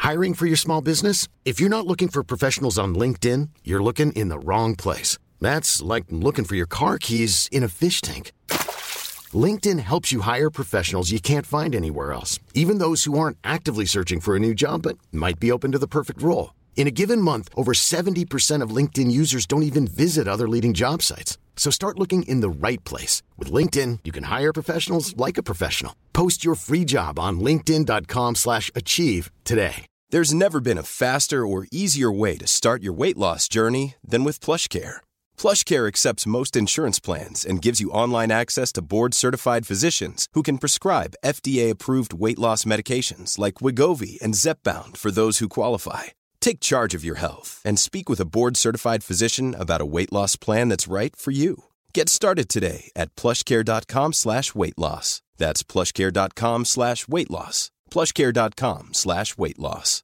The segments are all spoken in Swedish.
Hiring for your small business? If you're not looking for professionals on LinkedIn, you're looking in the wrong place. That's like looking for your car keys in a fish tank. LinkedIn helps you hire professionals you can't find anywhere else, even those who aren't actively searching for a new job but might be open to the perfect role. In a given month, over 70% of LinkedIn users don't even visit other leading job sites. So start looking in the right place. With LinkedIn, you can hire professionals like a professional. Post your free job on linkedin.com/achieve today. There's never been a faster or easier way to start your weight loss journey than with PlushCare. PlushCare accepts most insurance plans and gives you online access to board-certified physicians who can prescribe FDA-approved weight loss medications like Wegovy and Zepbound for those who qualify. Take charge of your health and speak with a board-certified physician about a weight loss plan that's right for you. Get started today at plushcare.com/weightloss. That's plushcare.com/weightloss. plushcare.com/weightloss.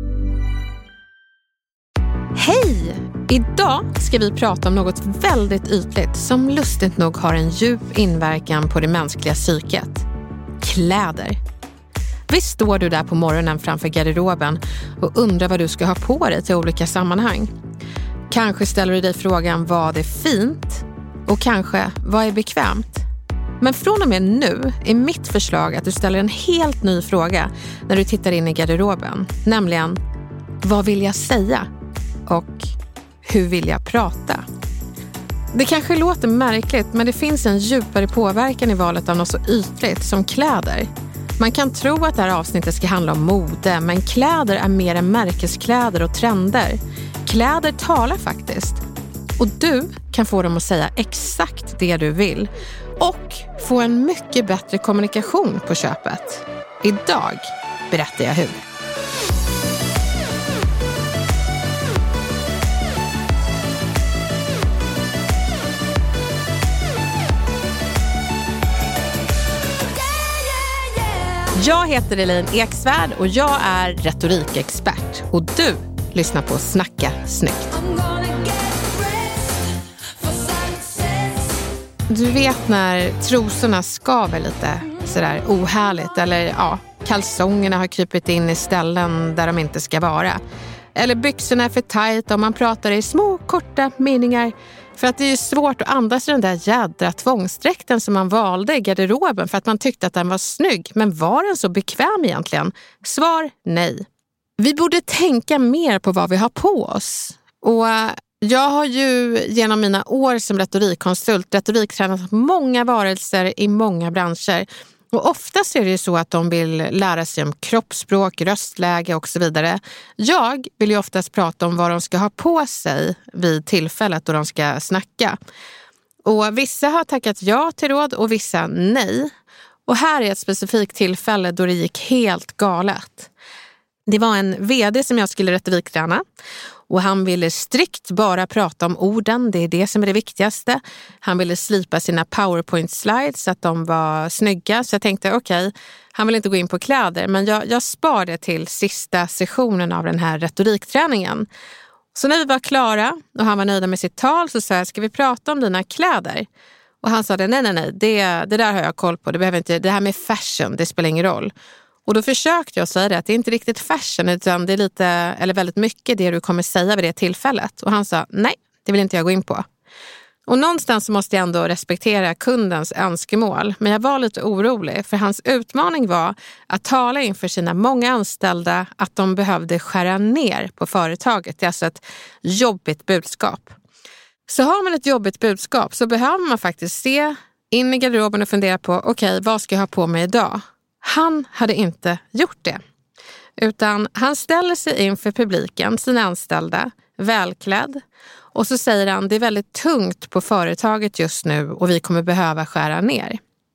Hej! Idag ska vi prata om något väldigt ytligt som lustigt nog har en djup inverkan på det mänskliga psyket. Kläder. Visst står du där på morgonen framför garderoben och undrar vad du ska ha på dig till olika sammanhang. Kanske ställer du dig frågan vad är fint och kanske vad är bekvämt. Men från och med nu är mitt förslag att du ställer en helt ny fråga när du tittar in i garderoben. Nämligen, vad vill jag säga? Och hur vill jag prata? Det kanske låter märkligt, men det finns en djupare påverkan i valet av något så ytligt som kläder. Man kan tro att det här avsnittet ska handla om mode, men kläder är mer än märkeskläder och trender. Kläder talar faktiskt. Och du kan få dem att säga exakt det du vill. Och få en mycket bättre kommunikation på köpet. Idag berättar jag hur. Jag heter Elin Eksvärd och jag är retorikexpert. Och du lyssnar på Snacka snyggt. Du vet när trosorna skaver lite sådär ohärligt. Eller ja, kalsongerna har krypit in i ställen där de inte ska vara. Eller byxorna är för tajt och man pratar i små korta meningar. För att det är svårt att andas i den där jädra tvångsdräkten som man valde i garderoben för att man tyckte att den var snygg. Men var den så bekväm egentligen? Svar nej. Vi borde tänka mer på vad vi har på oss. Och jag har ju genom mina år som retoriktränat många varelser i många branscher. Och oftast är det ju så att de vill lära sig om kroppsspråk, röstläge och så vidare. Jag vill ju oftast prata om vad de ska ha på sig vid tillfället då de ska snacka. Och vissa har tackat ja till råd och vissa nej. Och här är ett specifikt tillfälle då det gick helt galet. Det var en vd som jag skulle retorikträna. Och han ville strikt bara prata om orden, det är det som är det viktigaste. Han ville slipa sina PowerPoint-slides så att de var snygga. Så jag tänkte okej, han vill inte gå in på kläder. Men jag spar det till sista sessionen av den här retorikträningen. Så när vi var klara och han var nöjd med sitt tal så sa jag, ska vi prata om dina kläder? Och han sa nej, det där har jag koll på. Det här med fashion, det spelar ingen roll. Och då försökte jag säga det att det är inte riktigt fashion utan det är lite, eller väldigt mycket det du kommer säga vid det tillfället. Och han sa, nej, det vill inte jag gå in på. Och någonstans måste jag ändå respektera kundens önskemål. Men jag var lite orolig för hans utmaning var att tala inför sina många anställda att de behövde skära ner på företaget. Det är alltså ett jobbigt budskap. Så har man ett jobbigt budskap så behöver man faktiskt se in i garderoben och fundera på okej, vad ska jag ha på mig idag? Han hade inte gjort det. Utan han ställer sig inför publiken, sina anställda, välklädd. Och så säger han, det är väldigt tungt på företaget just nu och vi kommer behöva skära ner.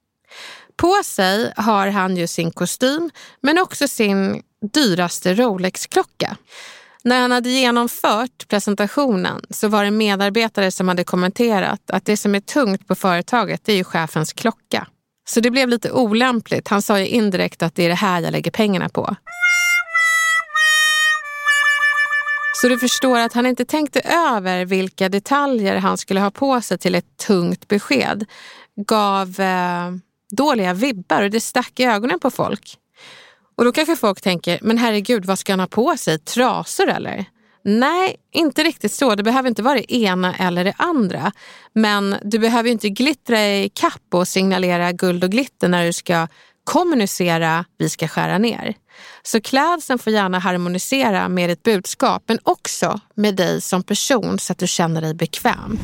På sig har han ju sin kostym men också sin dyraste Rolex-klocka. När han hade genomfört presentationen så var det en medarbetare som hade kommenterat att det som är tungt på företaget det är ju chefens klocka. Så det blev lite olämpligt. Han sa ju indirekt att det är det här jag lägger pengarna på. Så du förstår att han inte tänkte över vilka detaljer han skulle ha på sig till ett tungt besked. Gav dåliga vibbar och det stack i ögonen på folk. Och då kanske folk tänker, men herregud, vad ska han ha på sig? Trasor eller? Nej, inte riktigt så. Det behöver inte vara det ena eller det andra. Men du behöver ju inte glittra i kapp och signalera guld och glitter när du ska kommunicera, vi ska skära ner. Så klädseln får gärna harmonisera med ditt budskap, men också med dig som person så att du känner dig bekväm.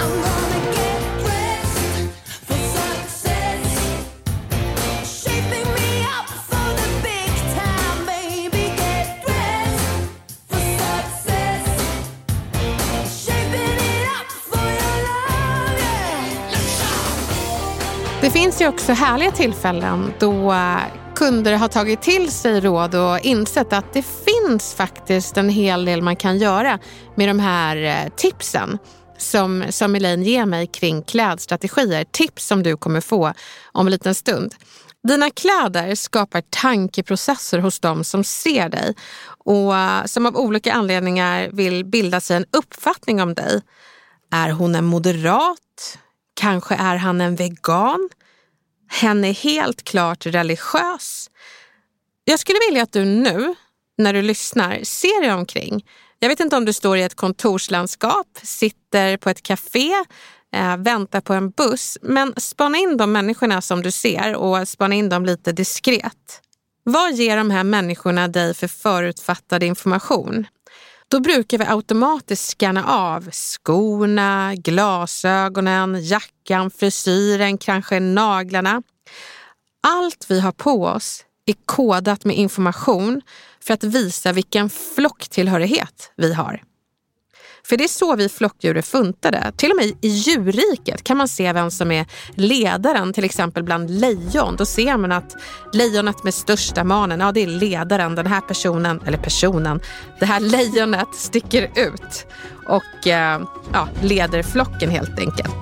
Det finns ju också härliga tillfällen då kunder har tagit till sig råd och insett att det finns faktiskt en hel del man kan göra med de här tipsen som Elaine ger mig kring klädstrategier. Tips som du kommer få om en liten stund. Dina kläder skapar tankeprocesser hos dem som ser dig och som av olika anledningar vill bilda sig en uppfattning om dig. Är hon en moderat? Kanske är han en vegan? Hen är helt klart religiös. Jag skulle vilja att du nu, när du lyssnar, ser dig omkring. Jag vet inte om du står i ett kontorslandskap, sitter på ett café, väntar på en buss. Men spana in de människorna som du ser och spana in dem lite diskret. Vad ger de här människorna dig för förutfattad information? Då brukar vi automatiskt scanna av skorna, glasögonen, jackan, frisyren, kanske naglarna. Allt vi har på oss är kodat med information för att visa vilken flocktillhörighet vi har. För det är så vi flockdjur är funtade. Till och med i djurriket kan man se vem som är ledaren, till exempel bland lejon. Då ser man att lejonet med största manen, ja det är ledaren. Den här personen, det här lejonet sticker ut och leder flocken helt enkelt.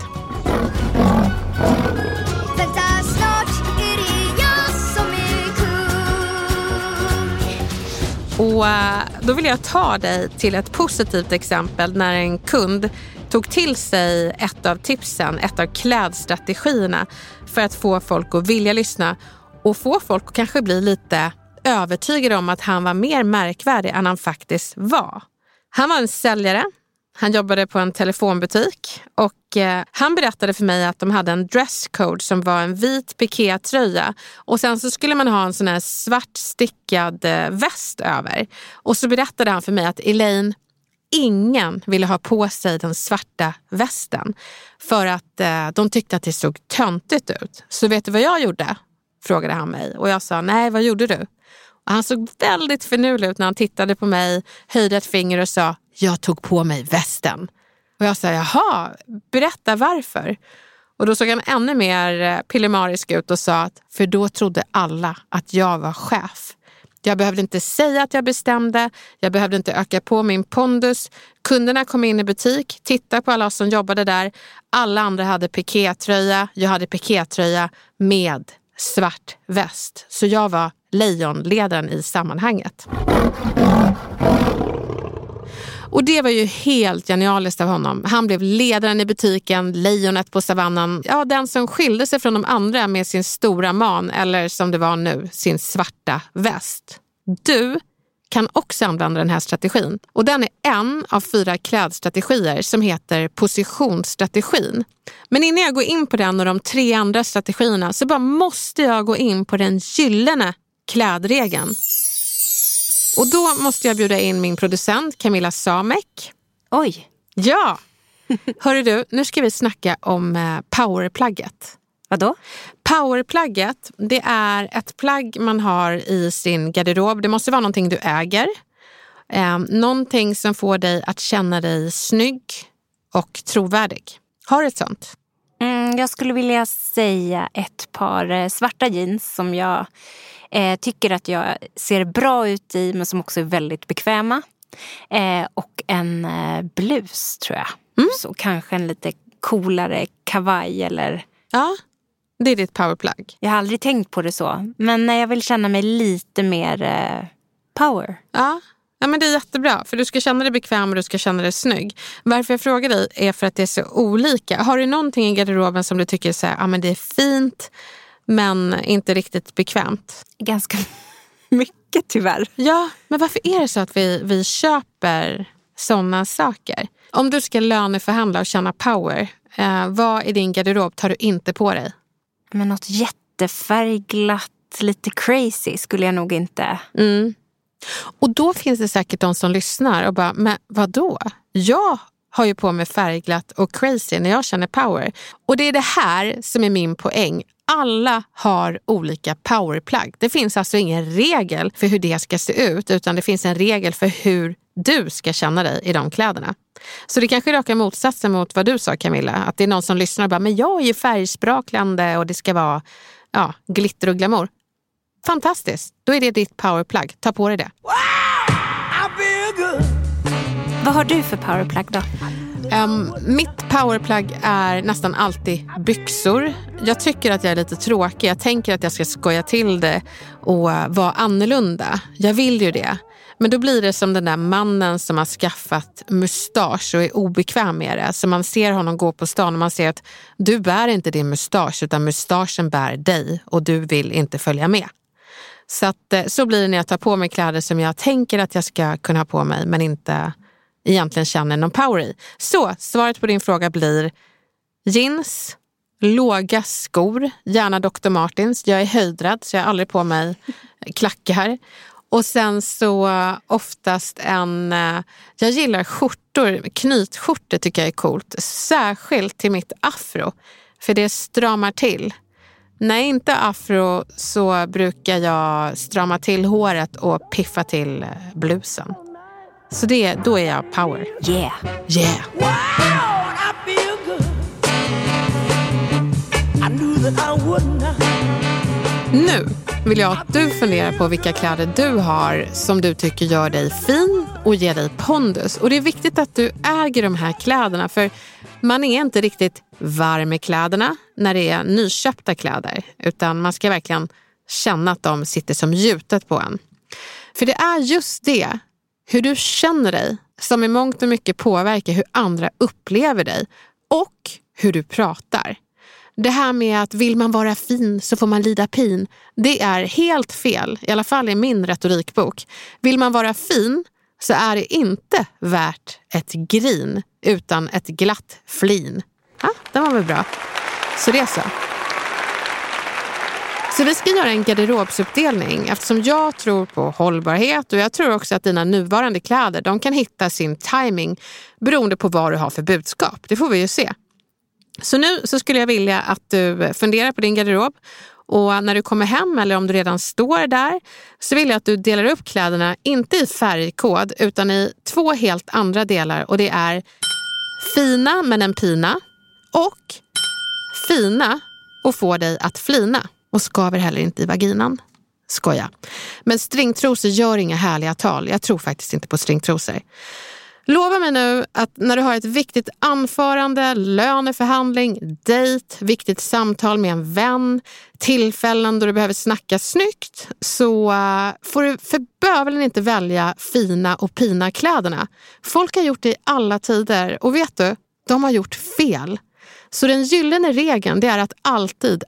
Och då vill jag ta dig till ett positivt exempel när en kund tog till sig ett av tipsen, ett av klädstrategierna för att få folk att vilja lyssna och få folk att kanske bli lite övertygade om att han var mer märkvärdig än han faktiskt var. Han var en säljare. Han jobbade på en telefonbutik och han berättade för mig att de hade en dresscode som var en vit pikétröja och sen så skulle man ha en sån här svart stickad väst över. Och så berättade han för mig att Elaine, ingen ville ha på sig den svarta västen för att de tyckte att det såg töntigt ut. Så vet du vad jag gjorde? Frågade han mig och jag sa, nej, vad gjorde du? Och han såg väldigt finurlig ut när han tittade på mig, höjde ett finger och sa, jag tog på mig västen. Och jag sa, jaha, berätta varför. Och då såg han ännu mer pillemarisk ut och sa att, för då trodde alla att jag var chef. Jag behövde inte säga att jag bestämde, jag behövde inte öka på min pondus. Kunderna kom in i butik, tittade på alla som jobbade där. Alla andra hade pikétröja, jag hade pikétröja med svart väst. Så jag var lejonledaren i sammanhanget. Och det var ju helt genialiskt av honom. Han blev ledaren i butiken, lejonet på savannen. Ja, den som skilde sig från de andra med sin stora man eller som det var nu, sin svarta väst. Du kan också använda den här strategin. Och den är en av 4 klädstrategier som heter positionsstrategin. Men innan jag går in på den och de 3 andra strategierna så bara måste jag gå in på den gyllene klädregeln. Och då måste jag bjuda in min producent Camilla Samek. Oj. Ja. Hörru du, nu ska vi snacka om powerplagget. Vadå? Powerplagget, det är ett plagg man har i sin garderob. Det måste vara någonting du äger. Någonting som får dig att känna dig snygg och trovärdig. Har du ett sånt? Jag skulle vilja säga ett par svarta jeans som jag tycker att jag ser bra ut i men som också är väldigt bekväma. Och en blus tror jag. Så kanske en lite coolare kavaj eller... Ja, det är ditt powerplagg. Jag har aldrig tänkt på det så. Men jag vill känna mig lite mer power. Ja, men det är jättebra. För du ska känna dig bekväm och du ska känna dig snygg. Varför jag frågar dig är för att det är så olika. Har du någonting i garderoben som du tycker så här, men det är fint men inte riktigt bekvämt? mycket tyvärr. Ja, men varför är det så att vi köper sådana saker? Om du ska löneförhandla och tjäna power, vad i din garderob tar du inte på dig? Men något jättefärgglatt, lite crazy skulle jag nog inte. Och då finns det säkert de som lyssnar och bara, men vadå? Jag har ju på mig färgglatt och crazy när jag känner power. Och det är det här som är min poäng. Alla har olika powerplagg. Det finns alltså ingen regel för hur det ska se ut, utan det finns en regel för hur du ska känna dig i de kläderna. Så det kanske är raka motsatsen mot vad du sa, Camilla. Att det är någon som lyssnar och bara, men jag är ju färgsprakande och det ska vara glitter och glamour. Fantastiskt, då är det ditt powerplagg. Ta på dig det. Vad har du för powerplagg då? Mitt powerplagg är nästan alltid byxor. Jag tycker att jag är lite tråkig. Jag tänker att jag ska skoja till det och vara annorlunda. Jag vill ju det. Men då blir det som den där mannen som har skaffat mustasch och är obekväm med det. Så man ser honom gå på stan och man ser att du bär inte din mustasch utan mustaschen bär dig och du vill inte följa med. Så blir det när jag tar på mig kläder som jag tänker att jag ska kunna ha på mig men inte egentligen känner någon power i. Så svaret på din fråga blir jeans, låga skor, gärna Dr. Martens. Jag är höjdrädd så jag har aldrig på mig klackar. Och sen så oftast jag gillar skjortor, knytskjortor tycker jag är coolt. Särskilt till mitt afro, för det stramar till. När jag inte afro så brukar jag strama till håret och piffa till blusen. Så då är jag power. Yeah. Yeah. Wow, I feel good. I knew that I would not. Nu vill jag att du funderar på vilka kläder du har som du tycker gör dig fin och ger dig pondus. Och det är viktigt att du äger de här kläderna, för man är inte riktigt varm i kläderna när det är nyköpta kläder, utan man ska verkligen känna att de sitter som gjutet på en. För det är just det, hur du känner dig, som i mångt och mycket påverkar hur andra upplever dig och hur du pratar. Det här med att vill man vara fin så får man lida pin, det är helt fel, i alla fall i min retorikbok. Vill man vara fin så är det inte värt ett grin utan ett glatt flin. Ja, det var väl bra. Så det är så. Så vi ska göra en garderobsuppdelning eftersom jag tror på hållbarhet och jag tror också att dina nuvarande kläder, de kan hitta sin timing beroende på vad du har för budskap. Det får vi ju se. Så nu så skulle jag vilja att du funderar på din garderob och när du kommer hem eller om du redan står där så vill jag att du delar upp kläderna inte i färgkod utan i 2 helt andra delar, och det är fina men en pina och fina och får dig att flina och skaver heller inte i vaginan. Skoja. Men stringtrosor gör inga härliga tal. Jag tror faktiskt inte på stringtrosor. Lova mig nu att när du har ett viktigt anförande, löneförhandling, dejt, viktigt samtal med en vän, tillfällen då du behöver snacka snyggt, så får du för bövelen inte välja fina och pina kläderna. Folk har gjort det i alla tider och vet du, de har gjort fel. Så den gyllene regeln, det är att alltid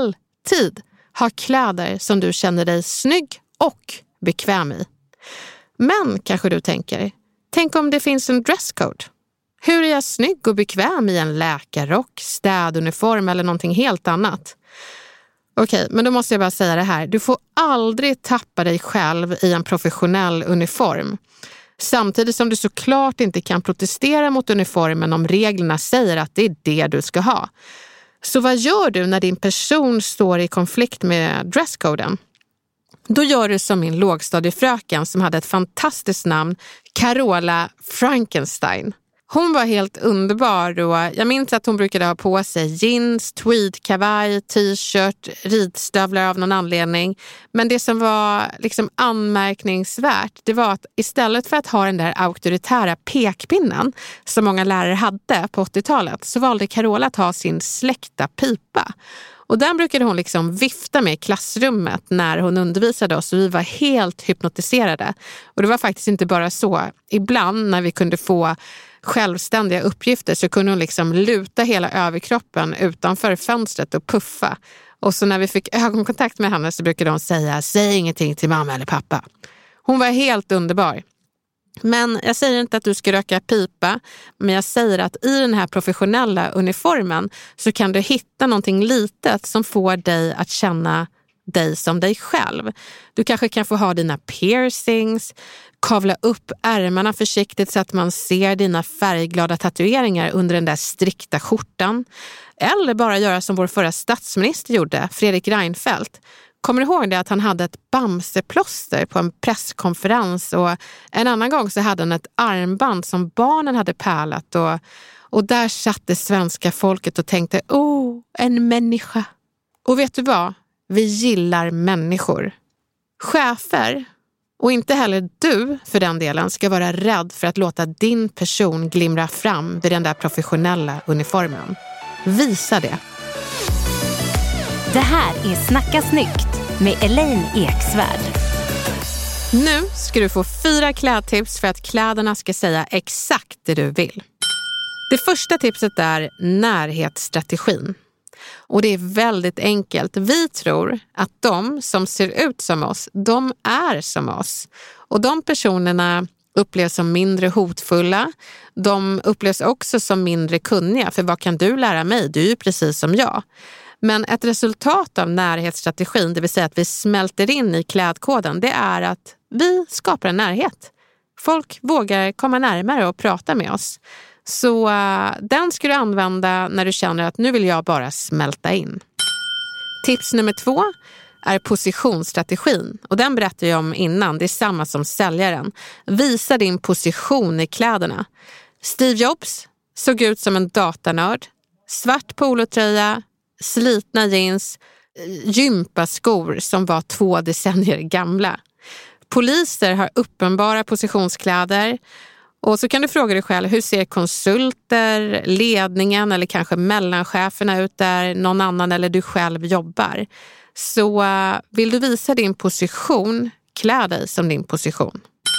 ha kläder som du känner dig snygg och bekväm i. Men kanske du tänker, tänk om det finns en dresscode. Hur är jag snygg och bekväm i en läkarrock, städuniform eller någonting helt annat? Okej, men då måste jag bara säga det här. Du får aldrig tappa dig själv i en professionell uniform. Samtidigt som du såklart inte kan protestera mot uniformen om reglerna säger att det är det du ska ha. Så vad gör du när din person står i konflikt med dresscoden? Då gör du som min lågstadiefröken som hade ett fantastiskt namn, Carola Frankenstein. Hon var helt underbar och jag minns att hon brukade ha på sig jeans, tweedkavaj, t-shirt, ridstövlar av någon anledning. Men det som var liksom anmärkningsvärt, det var att istället för att ha den där auktoritära pekpinnen som många lärare hade på 80-talet så valde Carola att ha sin släckta pipa. Och den brukade hon liksom vifta med i klassrummet när hon undervisade oss och vi var helt hypnotiserade. Och det var faktiskt inte bara så. Ibland när vi kunde få självständiga uppgifter så kunde hon liksom luta hela överkroppen utanför fönstret och puffa. Och så när vi fick ögonkontakt med henne så brukade hon säga, säg ingenting till mamma eller pappa. Hon var helt underbar. Men jag säger inte att du ska röka pipa, men jag säger att i den här professionella uniformen så kan du hitta någonting litet som får dig att känna dig som dig själv. Du kanske kan få ha dina piercings, kavla upp ärmarna försiktigt så att man ser dina färgglada tatueringar under den där strikta skjortan. Eller bara göra som vår förra statsminister gjorde, Fredrik Reinfeldt. Kommer du ihåg det att han hade ett bamseplåster på en presskonferens och en annan gång så hade han ett armband som barnen hade pärlat och där satt det svenska folket och tänkte, en människa. Och vet du vad? Vi gillar människor. Chefer, och inte heller du för den delen, ska vara rädd för att låta din person glimra fram vid den där professionella uniformen. Visa det. Det här är Snacka snyggt med Elaine Eksvärd. Nu ska du få 4 klädtips för att kläderna ska säga exakt det du vill. Det första tipset är närhetsstrategin. Och det är väldigt enkelt. Vi tror att de som ser ut som oss, de är som oss. Och de personerna upplevs som mindre hotfulla. De upplevs också som mindre kunniga. För vad kan du lära mig? Du är ju precis som jag. Men ett resultat av närhetsstrategin, det vill säga att vi smälter in i klädkoden, det är att vi skapar en närhet. Folk vågar komma närmare och prata med oss. Så den ska du använda när du känner att nu vill jag bara smälta in. Tips nummer 2 är positionsstrategin. Och den berättade jag om innan. Det är samma som säljaren. Visa din position i kläderna. Steve Jobs såg ut som en datanörd. Svart polotröja, slitna jeans, gympaskor som var 2 decennier gamla. Poliser har uppenbara positionskläder. Och så kan du fråga dig själv, hur ser konsulter, ledningen eller kanske mellancheferna ut där någon annan eller du själv jobbar? Så vill du visa din position, klä dig som din position.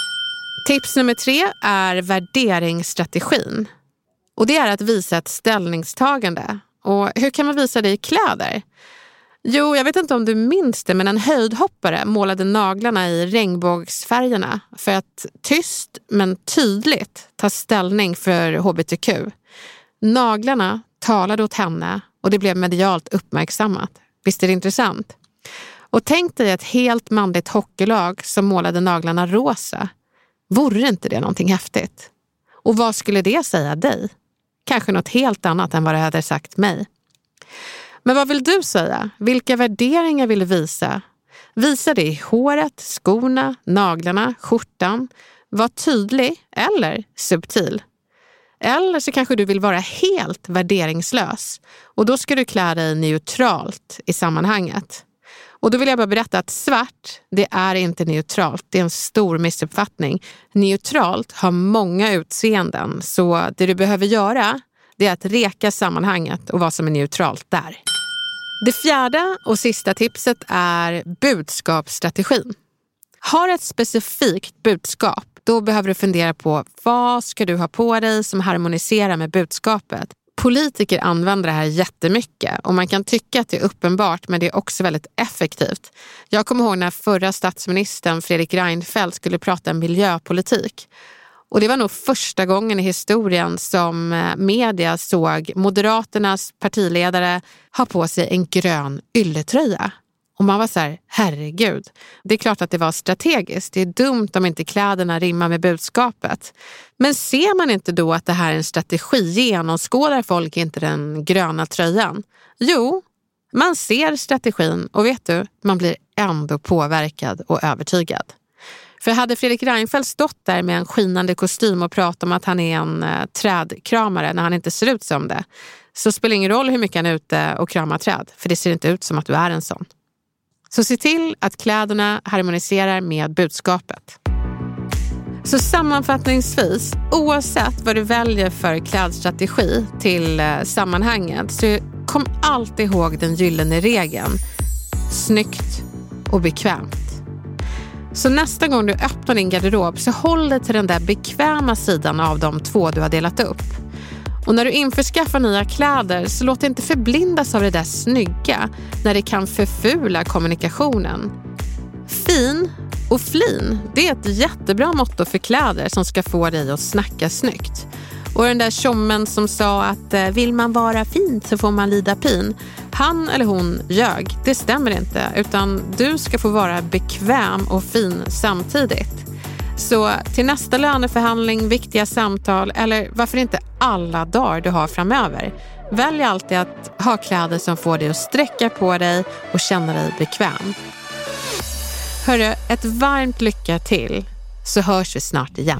Tips nummer 3 är värderingsstrategin. Och det är att visa ett ställningstagande. Och hur kan man visa det i kläder? Jo, jag vet inte om du minns det, men en höjdhoppare målade naglarna i regnbågsfärgerna för att tyst men tydligt ta ställning för HBTQ. Naglarna talade åt henne och det blev medialt uppmärksammat. Visst är det intressant? Och tänk dig ett helt manligt hockeylag som målade naglarna rosa. Vore inte det någonting häftigt? Och vad skulle det säga dig? Kanske något helt annat än vad det hade sagt mig. Men vad vill du säga? Vilka värderingar vill du visa? Visa det i håret, skorna, naglarna, skjortan. Var tydlig eller subtil. Eller så kanske du vill vara helt värderingslös. Och då ska du klä dig neutralt i sammanhanget. Och då vill jag bara berätta att svart, det är inte neutralt. Det är en stor missuppfattning. Neutralt har många utseenden. Så det du behöver göra, det är att reka sammanhanget och vad som är neutralt där. Det fjärde och sista tipset är budskapsstrategin. Har ett specifikt budskap, då behöver du fundera på vad ska du ha på dig som harmoniserar med budskapet. Politiker använder det här jättemycket och man kan tycka att det är uppenbart, men det är också väldigt effektivt. Jag kommer ihåg när förra statsministern Fredrik Reinfeldt skulle prata miljöpolitik. Och det var nog första gången i historien som media såg Moderaternas partiledare ha på sig en grön ylletröja. Och man var så här, herregud, det är klart att det var strategiskt. Det är dumt om inte kläderna rimmar med budskapet. Men ser man inte då att det här är en strategi? Genomskådar folk inte den gröna tröjan? Jo, man ser strategin och vet du, man blir ändå påverkad och övertygad. För hade Fredrik Reinfeldt stått där med en skinande kostym och pratat om att han är en trädkramare när han inte ser ut som det, så spelar det ingen roll hur mycket han är ute och kramar träd, för det ser inte ut som att du är en sån. Så se till att kläderna harmoniserar med budskapet. Så sammanfattningsvis, oavsett vad du väljer för klädstrategi till sammanhanget, så kom alltid ihåg den gyllene regeln. Snyggt och bekvämt. Så nästa gång du öppnar din garderob så håll dig till den där bekväma sidan av de 2 du har delat upp. Och när du införskaffar nya kläder så låt inte förblindas av det där snygga när det kan förfula kommunikationen. Fin och flin, det är ett jättebra motto för kläder som ska få dig att snacka snyggt. Och den där tjommen som sa att vill man vara fin så får man lida pin. Han eller hon ljög, det stämmer inte, utan du ska få vara bekväm och fin samtidigt. Så till nästa löneförhandling, viktiga samtal eller varför inte alla dagar du har framöver. Välj alltid att ha kläder som får dig att sträcka på dig och känna dig bekväm. Hörru, ett varmt lycka till så hörs vi snart igen.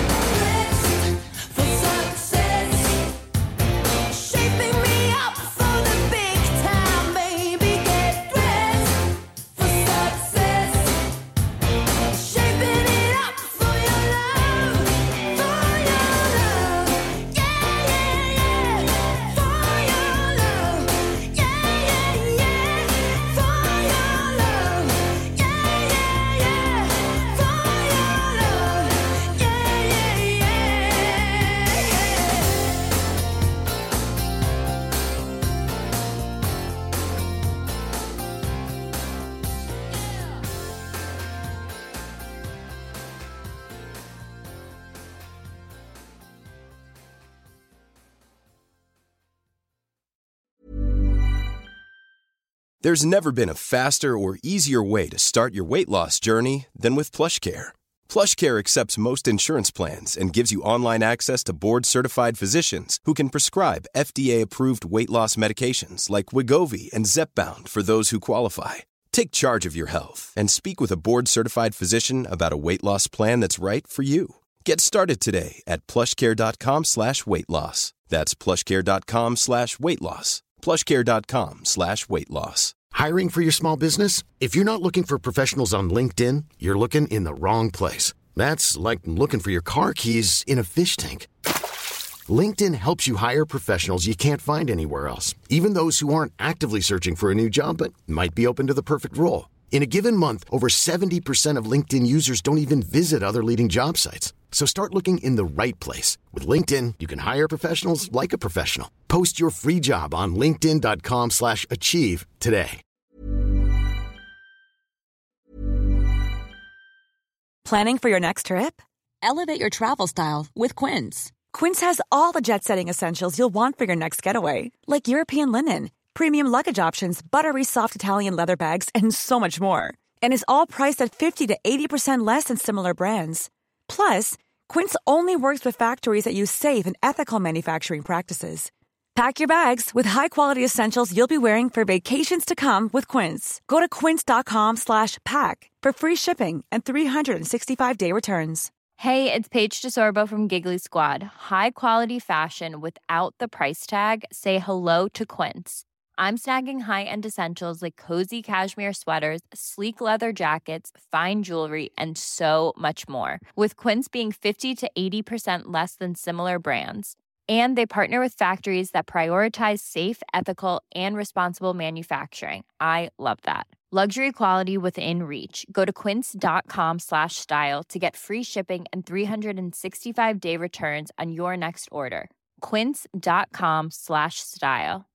There's never been a faster or easier way to start your weight loss journey than with PlushCare. PlushCare accepts most insurance plans and gives you online access to board-certified physicians who can prescribe FDA-approved weight loss medications like Wegovy and Zepbound for those who qualify. Take charge of your health and speak with a board-certified physician about a weight loss plan that's right for you. Get started today at plushcare.com/weightloss. That's plushcare.com/weightloss. plushcare.com/weightloss. Hiring for your small business? If you're not looking for professionals on LinkedIn, you're looking in the wrong place. That's like looking for your car keys in a fish tank. LinkedIn helps you hire professionals you can't find anywhere else, even those who aren't actively searching for a new job but might be open to the perfect role. In a given month, over 70% of LinkedIn users don't even visit other leading job sites. So start looking in the right place. With LinkedIn, you can hire professionals like a professional. Post your free job on linkedin.com/achieve today. Planning for your next trip? Elevate your travel style with Quince. Quince has all the jet-setting essentials you'll want for your next getaway, like European linen, premium luggage options, buttery soft Italian leather bags, and so much more. And is all priced at 50 to 80% less than similar brands. Plus, Quince only works with factories that use safe and ethical manufacturing practices. Pack your bags with high-quality essentials you'll be wearing for vacations to come with Quince. Go to quince.com/pack for free shipping and 365-day returns. Hey, it's Paige DeSorbo from Giggly Squad. High quality fashion without the price tag. Say hello to Quince. I'm snagging high-end essentials like cozy cashmere sweaters, sleek leather jackets, fine jewelry, and so much more. With Quince being 50 to 80% less than similar brands. And they partner with factories that prioritize safe, ethical, and responsible manufacturing. I love that. Luxury quality within reach. Go to quince.com/style to get free shipping and 365-day returns on your next order. Quince.com/style.